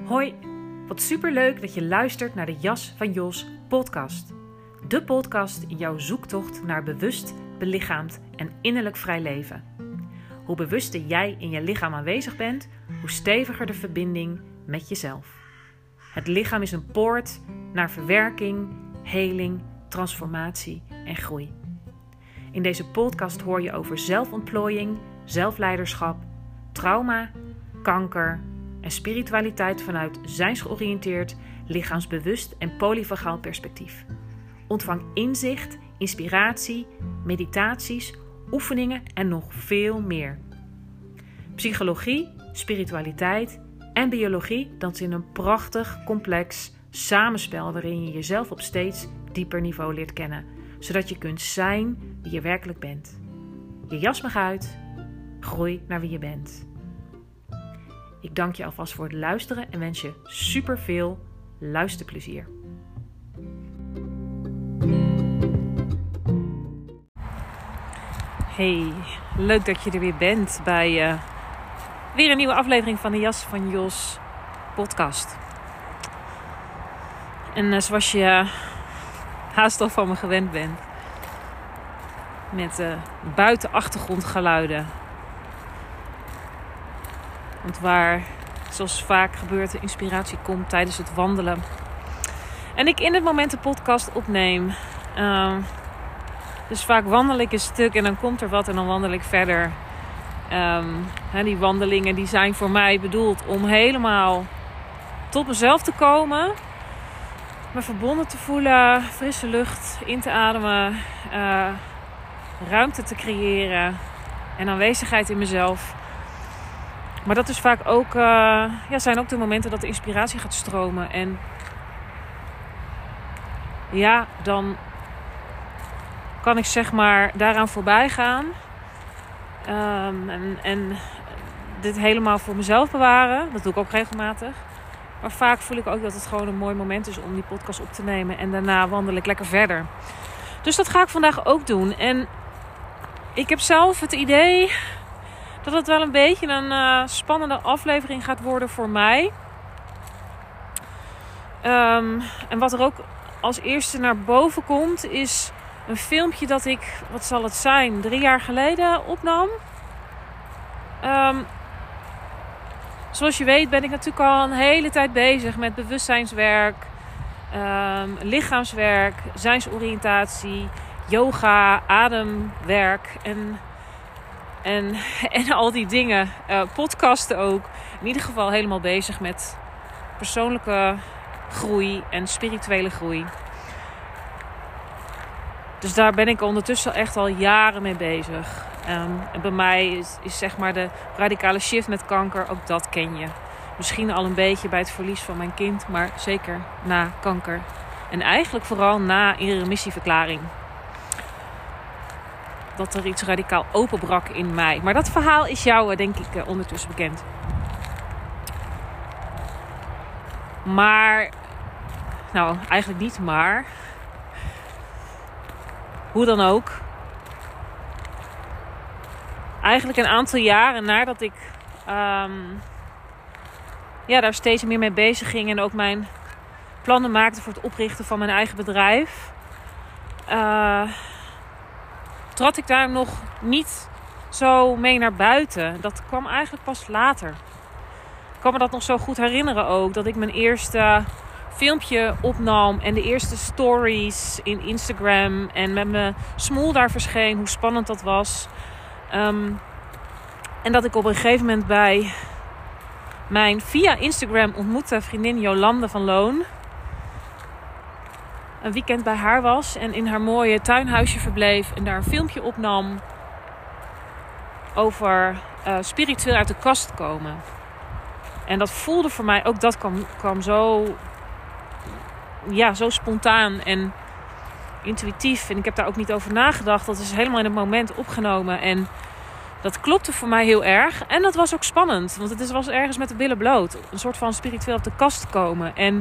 Hoi, wat superleuk dat je luistert naar de Jas van Jos podcast. De podcast in jouw zoektocht naar bewust, belichaamd en innerlijk vrij leven. Hoe bewuster jij in je lichaam aanwezig bent, hoe steviger de verbinding met jezelf. Het lichaam is een poort naar verwerking, heling, transformatie en groei. In deze podcast hoor je over zelfontplooiing, zelfleiderschap, trauma, kanker en spiritualiteit vanuit zijnsgeoriënteerd, lichaamsbewust en polyvagaal perspectief. Ontvang inzicht, inspiratie, meditaties, oefeningen en nog veel meer. Psychologie, spiritualiteit en biologie dansen in een prachtig, complex samenspel waarin je jezelf op steeds dieper niveau leert kennen, zodat je kunt zijn wie je werkelijk bent. Je jas mag uit, groei naar wie je bent. Ik dank je alvast voor het luisteren en wens je superveel luisterplezier. Hey, leuk dat je er weer bent bij weer een nieuwe aflevering van de Jas van Jos podcast. En zoals je haast al van me gewend bent, met buitenachtergrondgeluiden. Want waar, zoals vaak gebeurt, de inspiratie komt tijdens het wandelen. En ik in het moment de podcast opneem. Dus vaak wandel ik een stuk en dan komt er wat en dan wandel ik verder. Die wandelingen die zijn voor mij bedoeld om helemaal tot mezelf te komen. Me verbonden te voelen, frisse lucht in te ademen. Ruimte te creëren en aanwezigheid in mezelf. Maar dat is vaak ook, zijn ook de momenten dat de inspiratie gaat stromen. En ja, dan kan ik zeg maar daaraan voorbij gaan. En dit helemaal voor mezelf bewaren. Dat doe ik ook regelmatig. Maar vaak voel ik ook dat het gewoon een mooi moment is om die podcast op te nemen. En daarna wandel ik lekker verder. Dus dat ga ik vandaag ook doen. En ik heb zelf het idee dat het wel een beetje een spannende aflevering gaat worden voor mij. En wat er ook als eerste naar boven komt is een filmpje dat ik, wat zal het zijn, 3 jaar geleden opnam. Zoals je weet ben ik natuurlijk al een hele tijd bezig met bewustzijnswerk, lichaamswerk, zijnsoriëntatie, yoga, ademwerk en al die dingen. Podcasten ook. In ieder geval helemaal bezig met persoonlijke groei en spirituele groei. Dus daar ben ik ondertussen echt al jaren mee bezig. En bij mij is zeg maar de radicale shift met kanker, ook dat ken je. Misschien al een beetje bij het verlies van mijn kind, maar zeker na kanker. En eigenlijk vooral na een remissieverklaring. Dat er iets radicaal openbrak in mij. Maar dat verhaal is jou denk ik ondertussen bekend. Maar, nou eigenlijk niet maar. Hoe dan ook. Eigenlijk een aantal jaren nadat ik daar steeds meer mee bezig ging. En ook mijn plannen maakte voor het oprichten van mijn eigen bedrijf. Trad ik daar nog niet zo mee naar buiten. Dat kwam eigenlijk pas later. Ik kan me dat nog zo goed herinneren ook. Dat ik mijn eerste filmpje opnam. En de eerste stories in Instagram. En met mijn smoel daar verscheen. Hoe spannend dat was. En dat ik op een gegeven moment bij mijn via Instagram ontmoette vriendin Jolande van Loon een weekend bij haar was en in haar mooie tuinhuisje verbleef en daar een filmpje opnam over spiritueel uit de kast komen. En dat voelde voor mij, ook dat kwam zo spontaan en intuïtief. En ik heb daar ook niet over nagedacht. Dat is helemaal in het moment opgenomen. En dat klopte voor mij heel erg. En dat was ook spannend. Want het was ergens met de billen bloot. Een soort van spiritueel uit de kast komen. En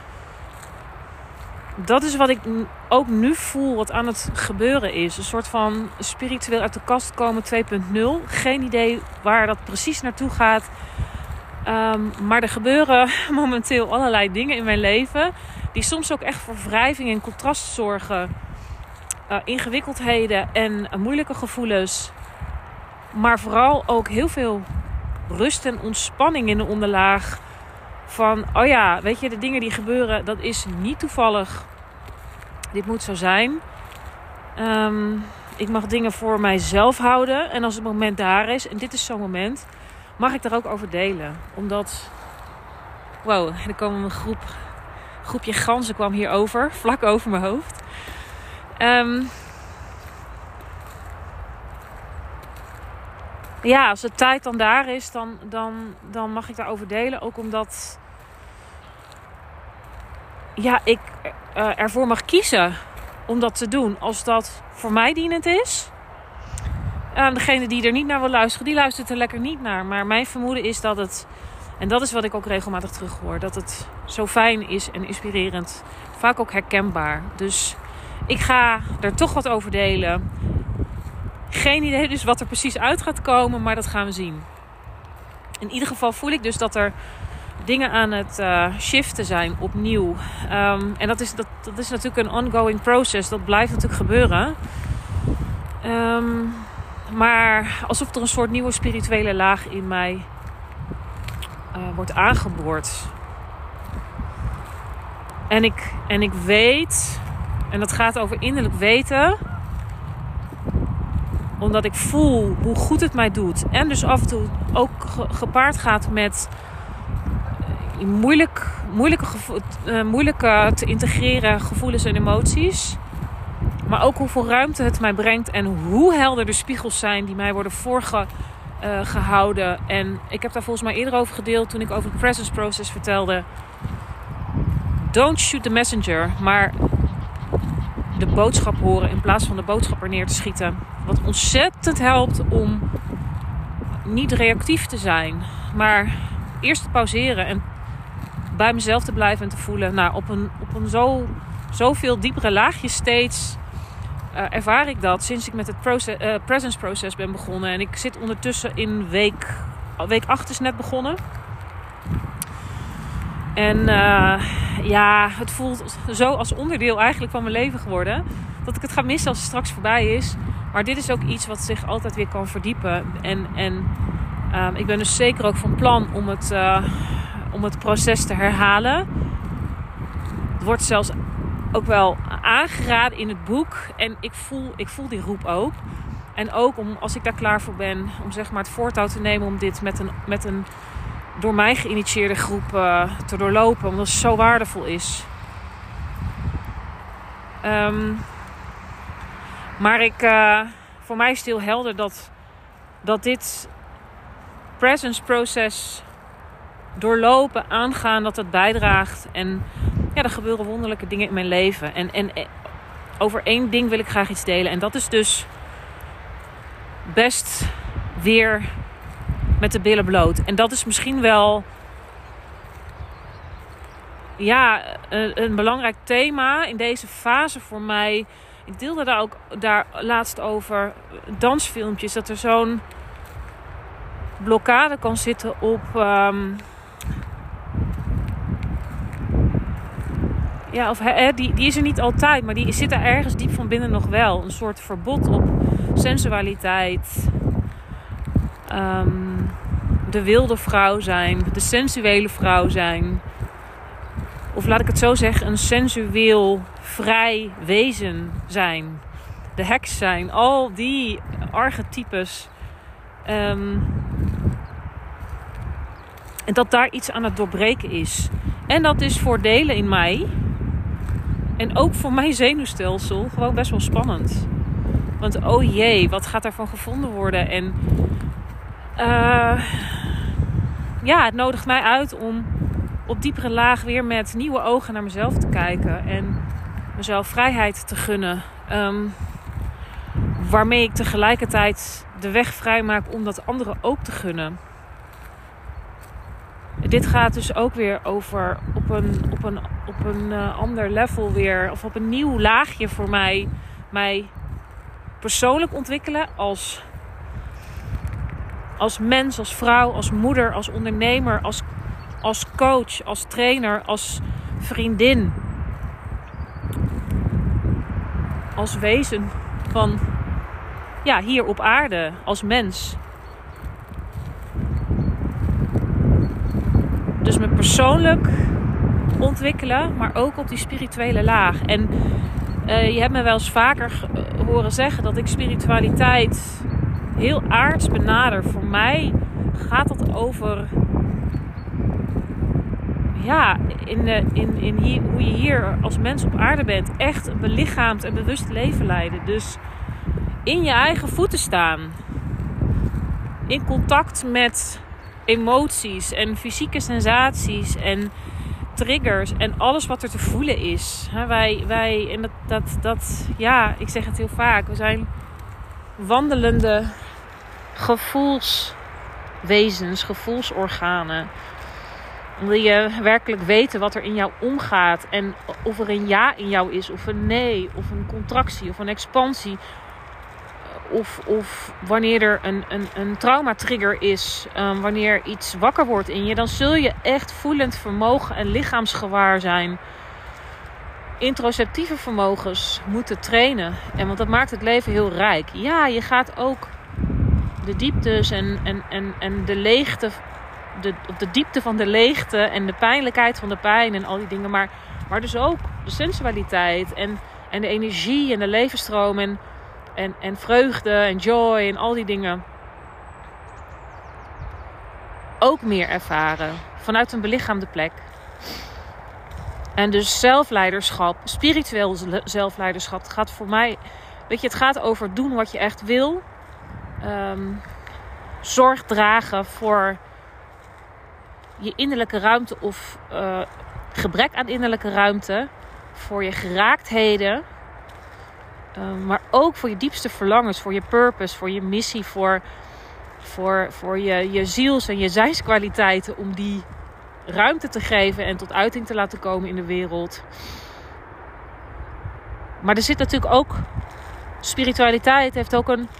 dat is wat ik ook nu voel wat aan het gebeuren is. Een soort van spiritueel uit de kast komen 2.0. Geen idee waar dat precies naartoe gaat. Maar er gebeuren momenteel allerlei dingen in mijn leven die soms ook echt voor wrijving en contrast zorgen. Ingewikkeldheden en moeilijke gevoelens. Maar vooral ook heel veel rust en ontspanning in de onderlaag. Van, oh ja, weet je, de dingen die gebeuren, dat is niet toevallig. Dit moet zo zijn. Ik mag dingen voor mijzelf houden. En als het moment daar is, en dit is zo'n moment, mag ik daar ook over delen. Omdat, wow, er kwam een groepje ganzen kwam hier over, vlak over mijn hoofd. Ja, als de tijd dan daar is, dan mag ik daarover delen. Ook omdat ik ervoor mag kiezen om dat te doen. Als dat voor mij dienend is. Degene die er niet naar wil luisteren, die luistert er lekker niet naar. Maar mijn vermoeden is dat het, en dat is wat ik ook regelmatig terughoor, dat het zo fijn is en inspirerend. Vaak ook herkenbaar. Dus ik ga er toch wat over delen. Geen idee dus wat er precies uit gaat komen, maar dat gaan we zien. In ieder geval voel ik dus dat er dingen aan het shiften zijn opnieuw. En dat is natuurlijk een ongoing process. Dat blijft natuurlijk gebeuren. Maar alsof er een soort nieuwe spirituele laag in mij wordt aangeboord. En ik weet, en dat gaat over innerlijk weten, omdat ik voel hoe goed het mij doet. En dus af en toe ook gepaard gaat met moeilijke te integreren gevoelens en emoties. Maar ook hoeveel ruimte het mij brengt. En hoe helder de spiegels zijn die mij worden voorgehouden. En ik heb daar volgens mij eerder over gedeeld toen ik over het presence process vertelde. Don't shoot the messenger. Maar de boodschap horen in plaats van de boodschapper neer te schieten. Wat ontzettend helpt om niet reactief te zijn. Maar eerst te pauzeren en bij mezelf te blijven en te voelen. Nou, op een zoveel diepere laagje steeds ervaar ik dat sinds ik met het presence process ben begonnen. En ik zit ondertussen in week 8 is net begonnen. En het voelt zo als onderdeel eigenlijk van mijn leven geworden. Dat ik het ga missen als het straks voorbij is. Maar dit is ook iets wat zich altijd weer kan verdiepen. En ik ben dus zeker ook van plan om het proces te herhalen. Het wordt zelfs ook wel aangeraden in het boek. En ik voel die roep ook. En ook om, als ik daar klaar voor ben, om zeg maar het voortouw te nemen om dit met een door mij geïnitieerde groep te doorlopen. Omdat het zo waardevol is. Maar voor mij is het heel helder dat dit presence proces doorlopen, aangaan, dat het bijdraagt. En ja, er gebeuren wonderlijke dingen in mijn leven. En over één ding wil ik graag iets delen. En dat is dus best weer met de billen bloot. En dat is misschien wel een belangrijk thema in deze fase voor mij. Ik deelde daar laatst over dansfilmpjes. Dat er zo'n blokkade kan zitten op die is er niet altijd, maar die zit er ergens diep van binnen nog wel. Een soort verbod op sensualiteit. De wilde vrouw zijn. De sensuele vrouw zijn. Of laat ik het zo zeggen, een sensueel vrij wezen zijn. De heks zijn. Al die archetypes. En dat daar iets aan het doorbreken is. En dat is voor delen in mij. En ook voor mijn zenuwstelsel gewoon best wel spannend. Want oh jee, wat gaat daarvan gevonden worden? En het nodigt mij uit om op diepere laag weer met nieuwe ogen naar mezelf te kijken. En mezelf vrijheid te gunnen. Waarmee ik tegelijkertijd de weg vrijmaak om dat anderen ook te gunnen. Dit gaat dus ook weer over op een ander level weer. Of op een nieuw laagje voor mij persoonlijk ontwikkelen als Als mens, als vrouw, als moeder, als ondernemer, als coach, als trainer, als vriendin. Als wezen van, hier op aarde, als mens. Dus me persoonlijk ontwikkelen, maar ook op die spirituele laag. En je hebt me wel eens vaker horen zeggen dat ik spiritualiteit heel aards benader. Voor mij gaat het over hoe je hier als mens op aarde bent. Echt een belichaamd en bewust leven leiden. Dus in je eigen voeten staan. In contact met emoties en fysieke sensaties en triggers en alles wat er te voelen is. Wij en ik zeg het heel vaak, we zijn wandelende gevoelswezens, gevoelsorganen. Wil je werkelijk weten wat er in jou omgaat en of er een ja in jou is of een nee of een contractie of een expansie of wanneer er een traumatrigger is, wanneer iets wakker wordt in je, dan zul je echt voelend vermogen en lichaamsgewaar zijn, introspectieve vermogens moeten trainen. Want dat maakt het leven heel rijk. Ja, je gaat ook de dieptes en de leegte, de diepte van de leegte en de pijnlijkheid van de pijn en al die dingen, maar dus ook de sensualiteit en de energie en de levensstroom en vreugde en joy en al die dingen ook meer ervaren vanuit een belichaamde plek. En dus zelfleiderschap, spiritueel zelfleiderschap, gaat voor mij, het gaat over doen wat je echt wil. Zorg dragen voor je innerlijke ruimte of gebrek aan innerlijke ruimte, voor je geraaktheden. Maar ook voor je diepste verlangens, voor je purpose, voor je missie, voor je ziels- en je zijnskwaliteiten, om die ruimte te geven en tot uiting te laten komen in de wereld. Maar er zit natuurlijk ook, spiritualiteit heeft ook een,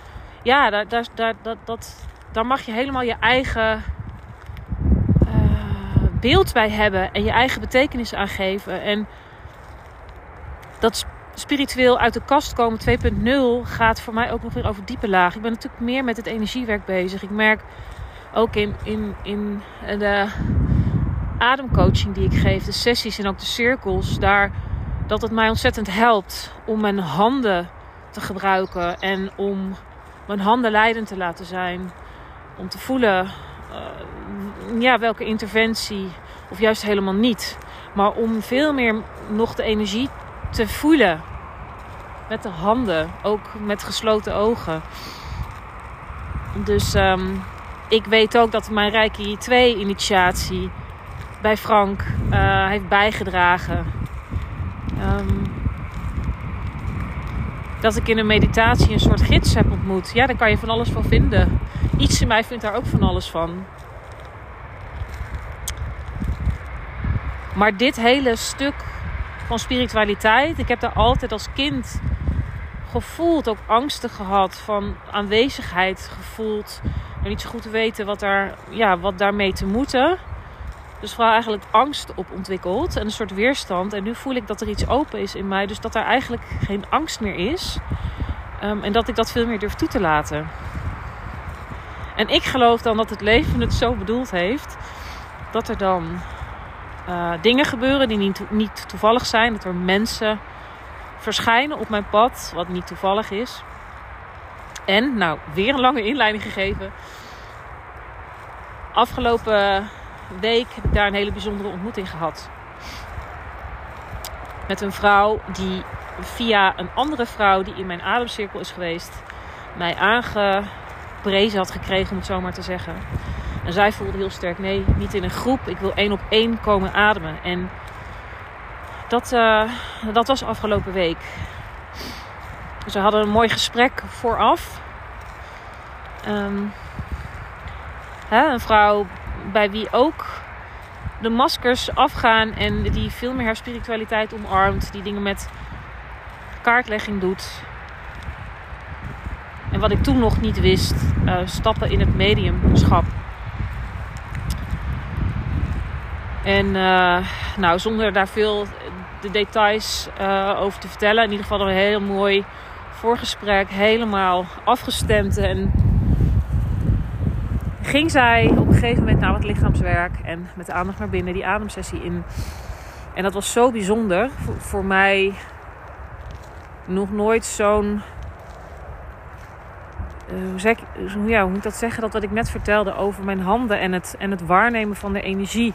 daar mag je helemaal je eigen beeld bij hebben en je eigen betekenis aan geven. En dat spiritueel uit de kast komen 2.0 gaat voor mij ook nog weer over diepe laag. Ik ben natuurlijk meer met het energiewerk bezig. Ik merk ook in de ademcoaching die ik geef, de sessies en ook de cirkels, dat het mij ontzettend helpt om mijn handen te gebruiken en om mijn handen leidend te laten zijn. Om te voelen welke interventie, of juist helemaal niet. Maar om veel meer nog de energie te voelen met de handen, ook met gesloten ogen. Dus ik weet ook dat mijn Reiki 2 initiatie bij Frank heeft bijgedragen. Dat ik in een meditatie een soort gids heb ontmoet. Ja, daar kan je van alles van vinden. Iets in mij vindt daar ook van alles van. Maar dit hele stuk van spiritualiteit, ik heb daar altijd als kind gevoeld, ook angsten gehad, van aanwezigheid gevoeld. En niet zo goed te weten wat daarmee te moeten. Dus vooral eigenlijk angst op ontwikkeld en een soort weerstand. En nu voel ik dat er iets open is in mij. Dus dat er eigenlijk geen angst meer is. En dat ik dat veel meer durf toe te laten. En ik geloof dan dat het leven het zo bedoeld heeft. Dat er dan dingen gebeuren die niet toevallig zijn. Dat er mensen verschijnen op mijn pad, wat niet toevallig is. En, weer een lange inleiding gegeven. Afgelopen week heb ik daar een hele bijzondere ontmoeting gehad. Met een vrouw die via een andere vrouw die in mijn ademcirkel is geweest, mij aangeprezen had gekregen, om het zo maar te zeggen. En zij voelde heel sterk, nee, niet in een groep. Ik wil 1 op 1 komen ademen. En dat was afgelopen week. Dus we hadden een mooi gesprek vooraf. Een vrouw bij wie ook de maskers afgaan en die veel meer haar spiritualiteit omarmt, die dingen met kaartlegging doet. En wat ik toen nog niet wist, stappen in het mediumschap. En zonder daar veel de details over te vertellen. In ieder geval een heel mooi voorgesprek. Helemaal afgestemd. En ging zij op een gegeven moment naar het lichaamswerk. En met de aandacht naar binnen die ademsessie in. En dat was zo bijzonder. Voor mij nog nooit zo'n... hoe moet ik dat zeggen? Dat wat ik net vertelde over mijn handen en het waarnemen van de energie.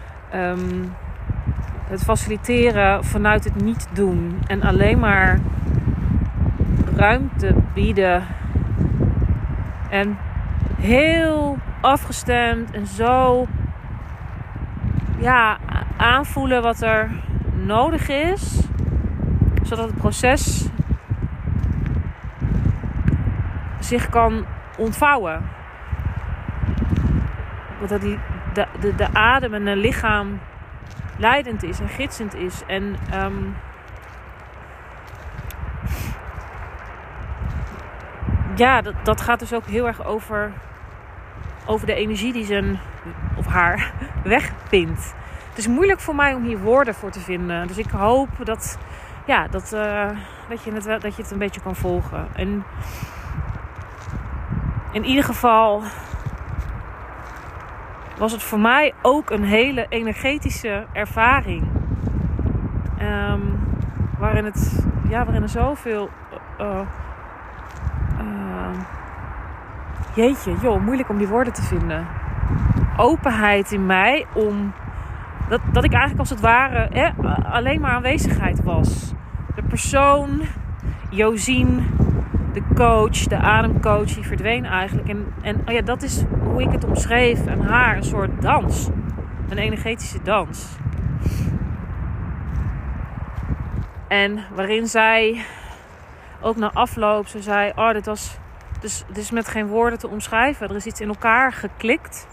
Het faciliteren vanuit het niet doen. En alleen maar ruimte bieden. En heel afgestemd en zo aanvoelen wat er nodig is. Zodat het proces zich kan ontvouwen. Dat de adem en het lichaam leidend is en gidsend is. En dat gaat dus ook heel erg over de energie die zijn of haar weg vindt. Het is moeilijk voor mij om hier woorden voor te vinden. Dus ik hoop dat je het een beetje kan volgen. En in ieder geval was het voor mij ook een hele energetische ervaring. Waarin er zoveel... moeilijk om die woorden te vinden. Openheid in mij om... Dat ik eigenlijk als het ware alleen maar aanwezigheid was. De persoon, Josien, de coach, de ademcoach, die verdween eigenlijk. En dat is hoe ik het omschreef aan haar. Een soort dans. Een energetische dans. En waarin zij ook na afloop, ze zei... dit is met geen woorden te omschrijven. Er is iets in elkaar geklikt.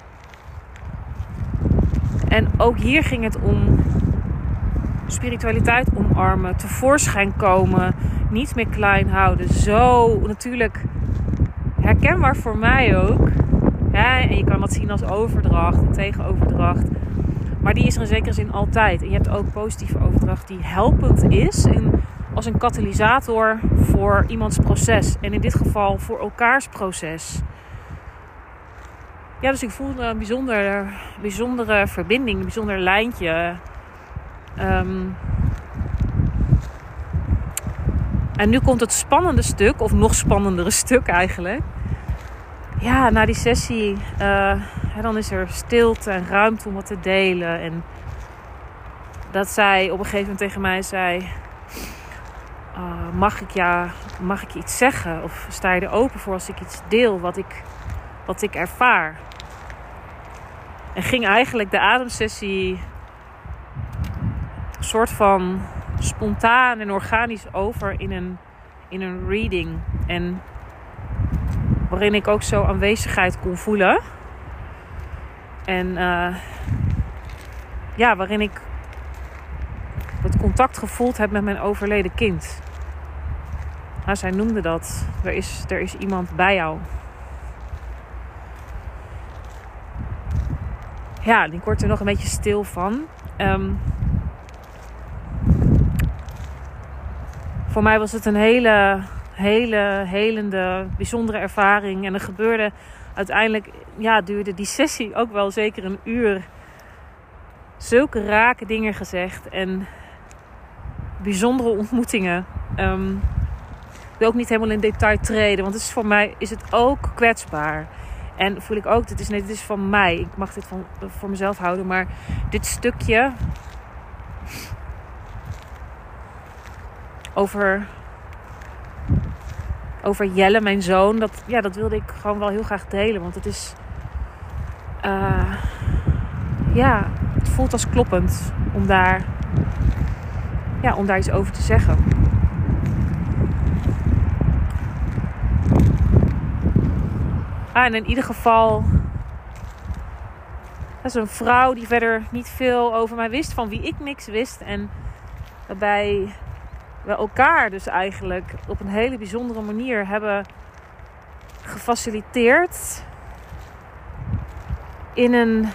En ook hier ging het om spiritualiteit omarmen, tevoorschijn komen, niet meer klein houden. Zo natuurlijk herkenbaar voor mij ook. Ja, en je kan dat zien als overdracht en tegenoverdracht. Maar die is er in zekere zin altijd. En je hebt ook positieve overdracht die helpend is als een katalysator voor iemands proces. En in dit geval voor elkaars proces. Ja, dus ik voelde een bijzondere verbinding, een bijzonder lijntje. En nu komt het spannende stuk, of nog spannendere stuk eigenlijk. Ja, na die sessie, dan is er stilte en ruimte om wat te delen. En dat zij op een gegeven moment tegen mij zei... Mag ik je iets zeggen? Of sta je er open voor als ik iets deel wat ik ervaar? En ging eigenlijk de ademsessie een soort van spontaan en organisch over in een reading. En waarin ik ook zo aanwezigheid kon voelen. En waarin ik het contact gevoeld heb met mijn overleden kind. Nou, zij noemde dat. Er is iemand bij jou. Ja, ik word er nog een beetje stil van. Voor mij was het een hele helende, bijzondere ervaring. En er gebeurde uiteindelijk, duurde die sessie ook wel zeker een uur. Zulke rake dingen gezegd en bijzondere ontmoetingen. Ik wil ook niet helemaal in detail treden, want voor mij is het ook kwetsbaar. En voel ik ook, dit is van mij. Ik mag dit voor mezelf houden. Maar dit stukje over Jelle, mijn zoon. Dat wilde ik gewoon wel heel graag delen. Want het is... het voelt als kloppend om daar iets over te zeggen. En in ieder geval... Dat is een vrouw die verder niet veel over mij wist. Van wie ik niks wist. En waarbij we elkaar dus eigenlijk op een hele bijzondere manier hebben gefaciliteerd in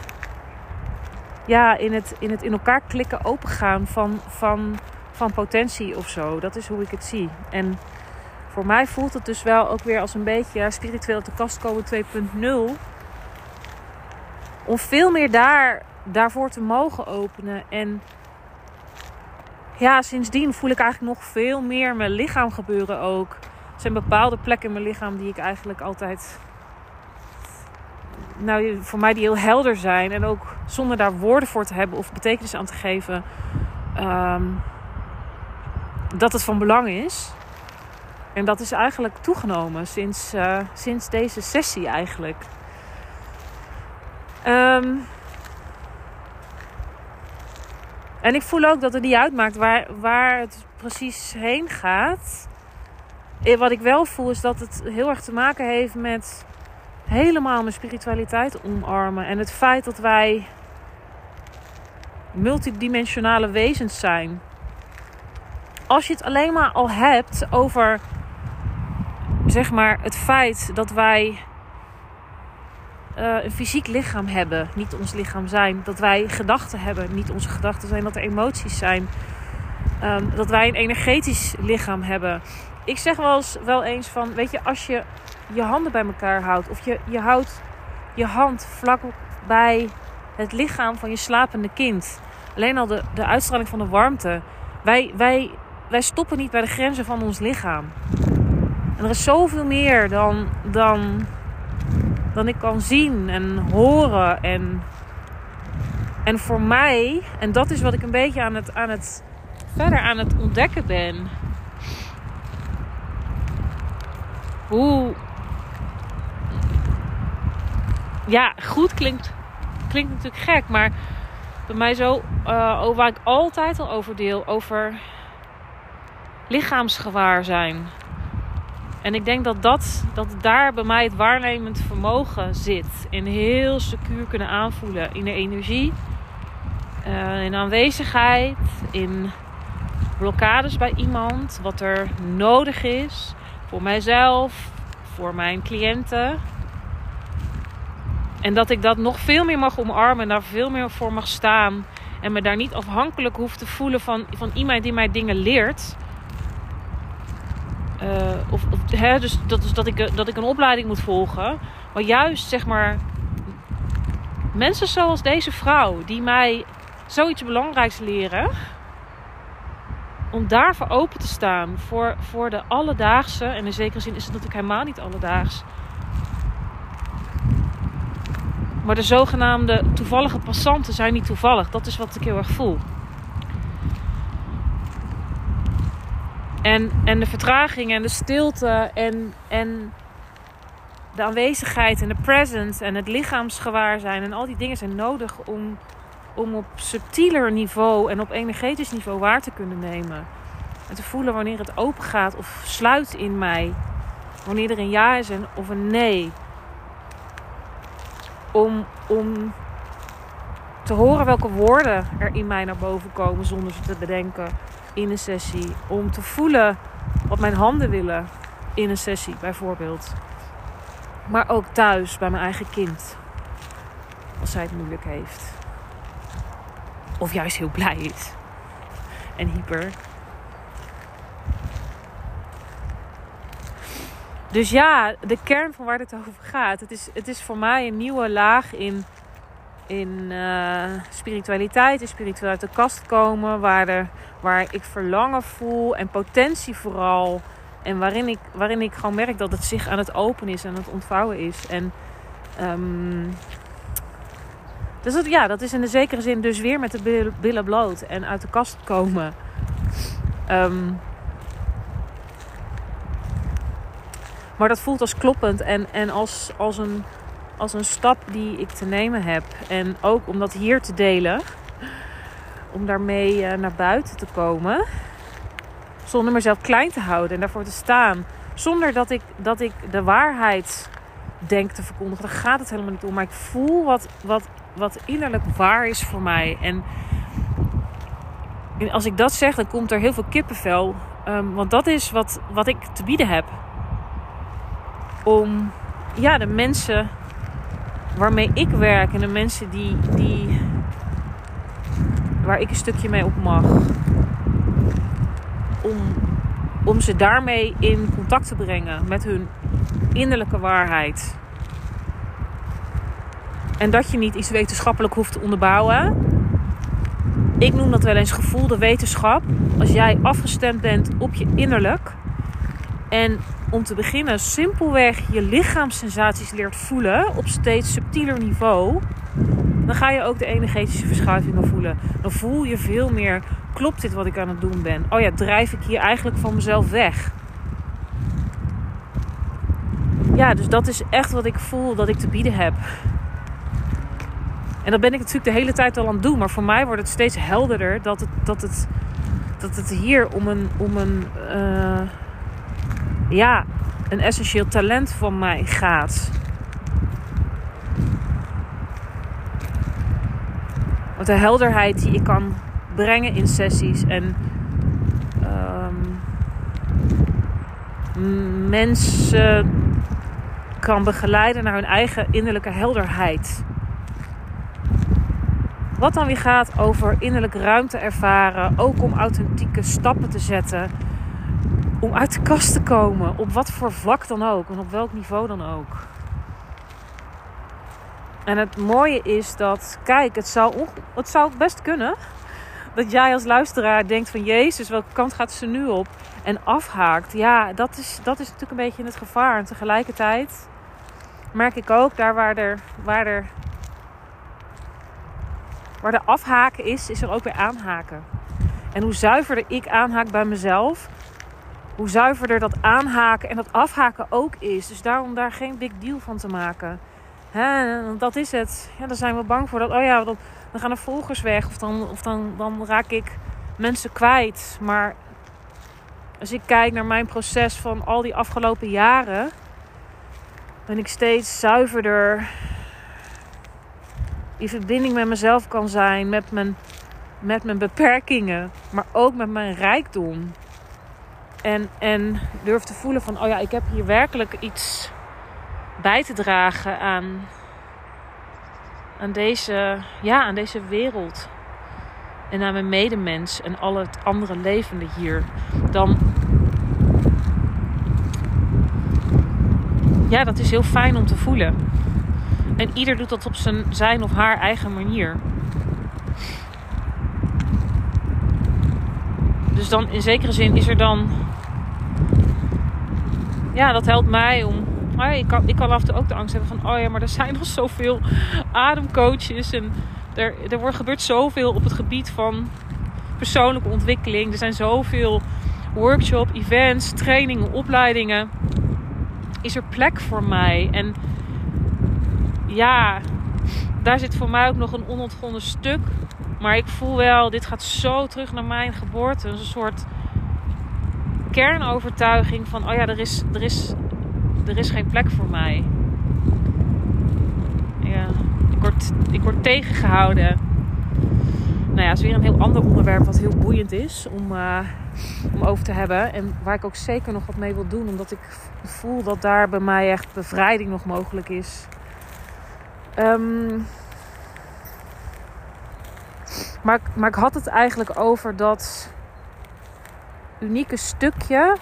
het in elkaar klikken, opengaan van potentie of zo. Dat is hoe ik het zie. En voor mij voelt het dus wel ook weer als een beetje spiritueel te kast komen 2.0. Om veel meer daarvoor te mogen openen. En ja, sindsdien voel ik eigenlijk nog veel meer mijn lichaam gebeuren ook. Er zijn bepaalde plekken in mijn lichaam die ik eigenlijk altijd... Nou, voor mij die heel helder zijn. En ook zonder daar woorden voor te hebben of betekenis aan te geven. Dat het van belang is. En dat is eigenlijk toegenomen sinds deze sessie eigenlijk. En ik voel ook dat het niet uitmaakt waar het precies heen gaat. Wat ik wel voel is dat het heel erg te maken heeft met helemaal mijn spiritualiteit omarmen. En het feit dat wij multidimensionale wezens zijn. Als je het alleen maar al hebt over, zeg maar, het feit dat wij een fysiek lichaam hebben, niet ons lichaam zijn. Dat wij gedachten hebben, niet onze gedachten zijn. Dat er emoties zijn. Dat wij een energetisch lichaam hebben. Ik zeg wel eens van, weet je, als je je handen bij elkaar houdt. Of je houdt je hand vlak bij het lichaam van je slapende kind. Alleen al de uitstraling van de warmte. Wij stoppen niet bij de grenzen van ons lichaam. En er is zoveel meer dan ik kan zien en horen. En voor mij, en dat is wat ik een beetje verder aan het ontdekken ben. Hoe... Ja, goed klinkt natuurlijk gek, maar bij mij zo, waar ik altijd al over deel, over lichaamsgewaarzijn. En ik denk dat daar bij mij het waarnemend vermogen zit. In heel secuur kunnen aanvoelen. In de energie. In aanwezigheid. In blokkades bij iemand. Wat er nodig is. Voor mijzelf. Voor mijn cliënten. En dat ik dat nog veel meer mag omarmen. En daar veel meer voor mag staan. En me daar niet afhankelijk hoef te voelen van iemand die mij dingen leert. Dus dat ik een opleiding moet volgen. Maar juist, zeg maar, mensen zoals deze vrouw die mij zoiets belangrijks leren. Om daarvoor open te staan voor de alledaagse. En in zekere zin is het natuurlijk helemaal niet alledaags. Maar de zogenaamde toevallige passanten zijn niet toevallig. Dat is wat ik heel erg voel. En de vertraging en de stilte en de aanwezigheid en de presence en het lichaamsgewaarzijn en al die dingen zijn nodig om op subtieler niveau en op energetisch niveau waar te kunnen nemen. En te voelen wanneer het open gaat of sluit in mij. Wanneer er een ja is of een nee. Om te horen welke woorden er in mij naar boven komen zonder ze te bedenken. In een sessie. Om te voelen wat mijn handen willen. In een sessie bijvoorbeeld. Maar ook thuis bij mijn eigen kind. Als zij het moeilijk heeft. Of juist heel blij is. En hyper. Dus ja, de kern van waar het over gaat. Het is voor mij een nieuwe laag in spiritualiteit, in spiritueel uit de kast komen, waar ik verlangen voel en potentie vooral. En waarin ik gewoon merk dat het zich aan het openen is en aan het ontvouwen is. En dus dat is in de zekere zin dus weer met de billen bloot en uit de kast komen. Maar dat voelt als kloppend en als een stap die ik te nemen heb. En ook om dat hier te delen. Om daarmee naar buiten te komen. Zonder mezelf klein te houden en daarvoor te staan. Zonder dat ik de waarheid denk te verkondigen. Daar gaat het helemaal niet om. Maar ik voel wat innerlijk waar is voor mij. En als ik dat zeg, dan komt er heel veel kippenvel. Want dat is wat ik te bieden heb. Om de mensen waarmee ik werk en de mensen waar ik een stukje mee op mag, om ze daarmee in contact te brengen met hun innerlijke waarheid. En dat je niet iets wetenschappelijk hoeft te onderbouwen. Ik noem dat wel eens gevoelde wetenschap. Als jij afgestemd bent op je innerlijk. En om te beginnen simpelweg je lichaamssensaties leert voelen op steeds subtieler niveau. Dan ga je ook de energetische verschuivingen voelen. Dan voel je veel meer, klopt dit wat ik aan het doen ben? Oh ja, drijf ik hier eigenlijk van mezelf weg? Ja, dus dat is echt wat ik voel dat ik te bieden heb. En dat ben ik natuurlijk de hele tijd al aan het doen. Maar voor mij wordt het steeds helderder dat het hier om een essentieel talent van mij gaat. Want de helderheid die ik kan brengen in sessies en mensen kan begeleiden naar hun eigen innerlijke helderheid. Wat dan weer gaat over innerlijke ruimte ervaren. Ook om authentieke stappen te zetten. Om uit de kast te komen. Op wat voor vlak dan ook. En op welk niveau dan ook. En het mooie is dat, kijk, het zou best kunnen. Dat jij als luisteraar denkt van, Jezus, welke kant gaat ze nu op? En afhaakt. Ja, dat is natuurlijk een beetje het gevaar. En tegelijkertijd merk ik ook, daar waar er afhaken is er ook weer aanhaken. En hoe zuiverder ik aanhaak bij mezelf, hoe zuiverder dat aanhaken en dat afhaken ook is. Dus daarom daar geen big deal van te maken. Dat is het. Ja, daar zijn we bang voor. Dan gaan de volgers weg. Of dan raak ik mensen kwijt. Maar als ik kijk naar mijn proces van al die afgelopen jaren, ben ik steeds zuiverder in verbinding met mezelf kan zijn. Met mijn beperkingen. Maar ook met mijn rijkdom. En durf te voelen van, oh ja, ik heb hier werkelijk iets bij te dragen aan deze wereld. En aan mijn medemens en al het andere levende hier. Dan, ja, dat is heel fijn om te voelen. En ieder doet dat op zijn of haar eigen manier. Dus dan in zekere zin is er dan, ja, dat helpt mij om, ik kan af en toe ook de angst hebben van, oh ja, maar er zijn nog zoveel ademcoaches en er gebeurt zoveel op het gebied van persoonlijke ontwikkeling. Er zijn zoveel workshops, events, trainingen, opleidingen. Is er plek voor mij? En ja, daar zit voor mij ook nog een onontgonnen stuk. Maar ik voel wel, dit gaat zo terug naar mijn geboorte. Een soort kernovertuiging van, oh ja, er is geen plek voor mij. Ja, ik word tegengehouden. Nou ja, dat is weer een heel ander onderwerp wat heel boeiend is om over te hebben. En waar ik ook zeker nog wat mee wil doen. Omdat ik voel dat daar bij mij echt bevrijding nog mogelijk is. Maar ik had het eigenlijk over dat unieke stukje.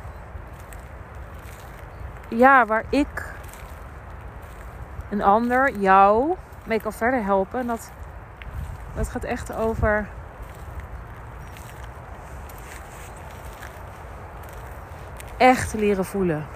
Ja, waar ik een ander, jou, mee kan verder helpen. En dat gaat echt over echt leren voelen.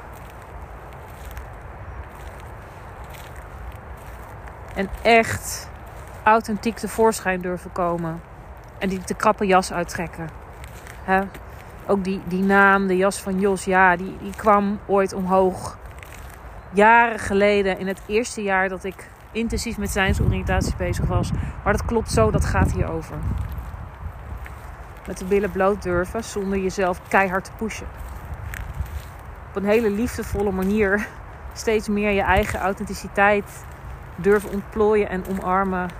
En echt authentiek tevoorschijn durven komen. En die de krappe jas uittrekken. Ook die naam, de jas van Jos, ja, die kwam ooit omhoog. Jaren geleden, in het eerste jaar dat ik intensief met zijnsoriëntatie bezig was. Maar dat klopt zo, dat gaat hierover. Met de billen bloot durven, zonder jezelf keihard te pushen. Op een hele liefdevolle manier steeds meer je eigen authenticiteit durven ontplooien en omarmen.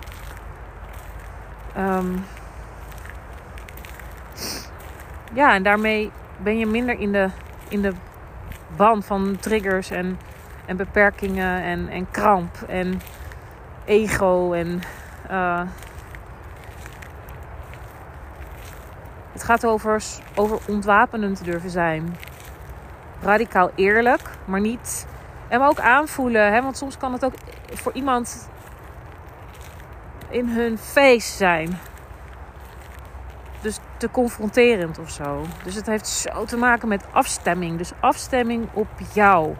En daarmee ben je minder in de ban van triggers en en beperkingen en kramp en ego en het gaat over ontwapenend durven zijn. Radicaal eerlijk, maar niet. En ook aanvoelen, hè? Want soms kan het ook voor iemand in hun face zijn. Dus te confronterend of zo. Dus het heeft zo te maken met afstemming. Dus afstemming op jou.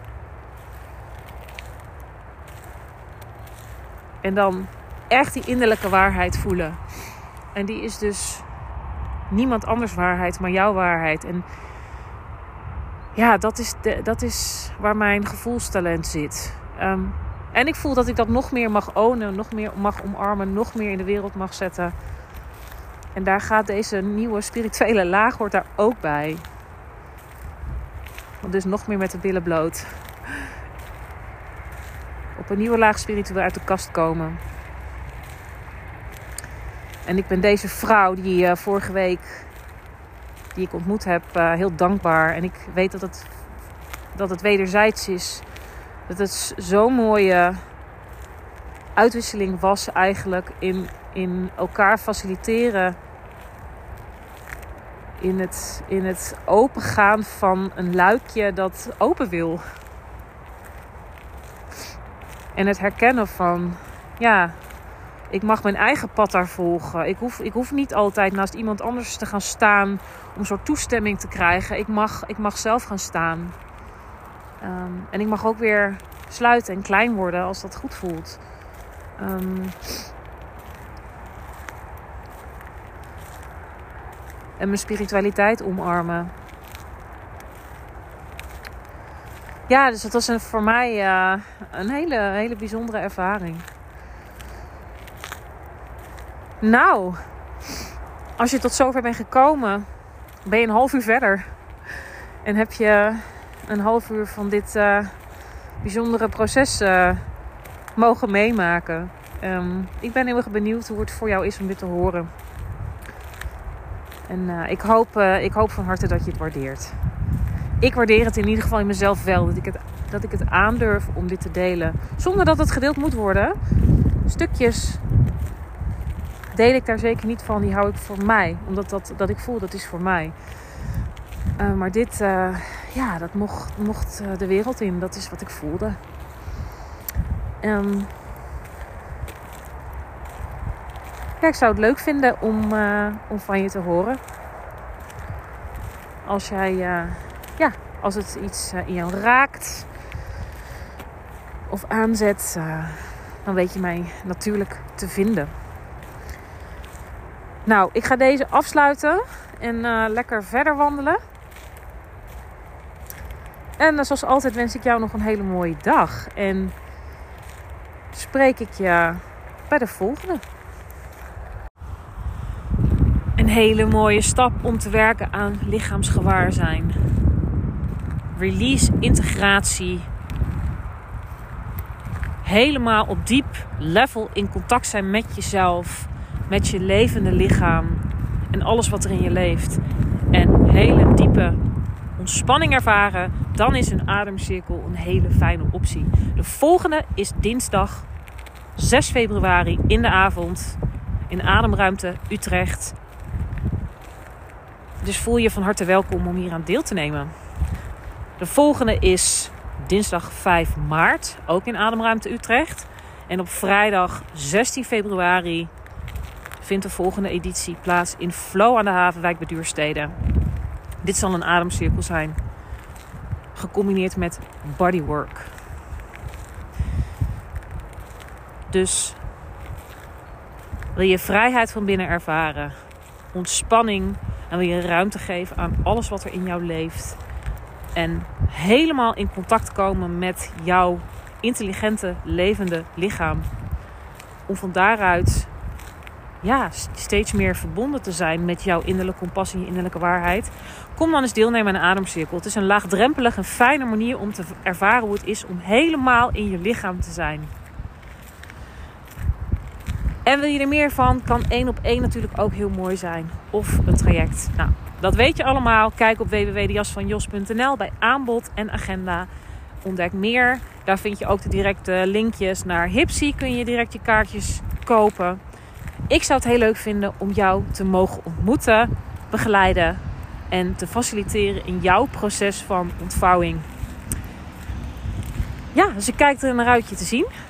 En dan echt die innerlijke waarheid voelen. En die is dus niemand anders waarheid, maar jouw waarheid. En ja, dat is waar mijn gevoelstalent zit. En ik voel dat ik dat nog meer mag ownen, nog meer mag omarmen, nog meer in de wereld mag zetten. En daar gaat deze nieuwe spirituele laag hoort daar ook bij. Dus nog meer met de billen bloot. Op een nieuwe laag spiritueel uit de kast komen. En ik ben deze vrouw die vorige week, die ik ontmoet heb, heel dankbaar. En ik weet dat het wederzijds is. Dat het zo'n mooie uitwisseling was eigenlijk in elkaar faciliteren. In het opengaan van een luikje dat open wil. En het herkennen van, ja, ik mag mijn eigen pad daar volgen. Ik hoef niet altijd naast iemand anders te gaan staan om een soort toestemming te krijgen. Ik mag zelf gaan staan. En ik mag ook weer sluiten en klein worden als dat goed voelt. En mijn spiritualiteit omarmen. Ja, dus dat was voor mij een hele bijzondere ervaring. Nou, als je tot zover bent gekomen, ben je een half uur verder. En heb je een half uur van dit bijzondere proces mogen meemaken. Ik ben heel erg benieuwd hoe het voor jou is om dit te horen. En ik hoop van harte dat je het waardeert. Ik waardeer het in ieder geval in mezelf wel. Dat ik het aandurf om dit te delen. Zonder dat het gedeeld moet worden. Stukjes deel ik daar zeker niet van. Die hou ik voor mij. Omdat dat ik voel dat is voor mij. Maar dit, dat mocht de wereld in. Dat is wat ik voelde. Ik zou het leuk vinden om van je te horen. Als jij, als het iets in jou raakt of aanzet, dan weet je mij natuurlijk te vinden. Nou, ik ga deze afsluiten en lekker verder wandelen. En zoals altijd wens ik jou nog een hele mooie dag. En spreek ik je bij de volgende. Een hele mooie stap om te werken aan lichaamsgewaarzijn. Release, integratie. Helemaal op diep level in contact zijn met jezelf. Met je levende lichaam. En alles wat er in je leeft. En hele diepe ontspanning ervaren. Dan is een ademcirkel een hele fijne optie. De volgende is dinsdag 6 februari in de avond. In Ademruimte Utrecht. Dus voel je van harte welkom om hier aan deel te nemen. De volgende is dinsdag 5 maart. Ook in Ademruimte Utrecht. En op vrijdag 16 februari vindt de volgende editie plaats in Flow aan de Havenwijk bij Duurstede. Dit zal een ademcirkel zijn. Gecombineerd met bodywork. Dus wil je vrijheid van binnen ervaren. Ontspanning. En wil je ruimte geven aan alles wat er in jou leeft. En helemaal in contact komen met jouw intelligente, levende lichaam. Om van daaruit steeds meer verbonden te zijn met jouw innerlijke compassie en je innerlijke waarheid. Kom dan eens deelnemen aan een ademcirkel. Het is een laagdrempelige en fijne manier om te ervaren hoe het is om helemaal in je lichaam te zijn. En wil je er meer van, kan 1-op-1 natuurlijk ook heel mooi zijn. Of een traject. Nou, dat weet je allemaal. Kijk op www.jasvanjos.nl bij aanbod en agenda. Ontdek Meer. Daar vind je ook de directe linkjes naar Hipsy. Kun je direct je kaartjes kopen. Ik zou het heel leuk vinden om jou te mogen ontmoeten, begeleiden en te faciliteren in jouw proces van ontvouwing. Ja, dus ik kijk er naar uit je te zien.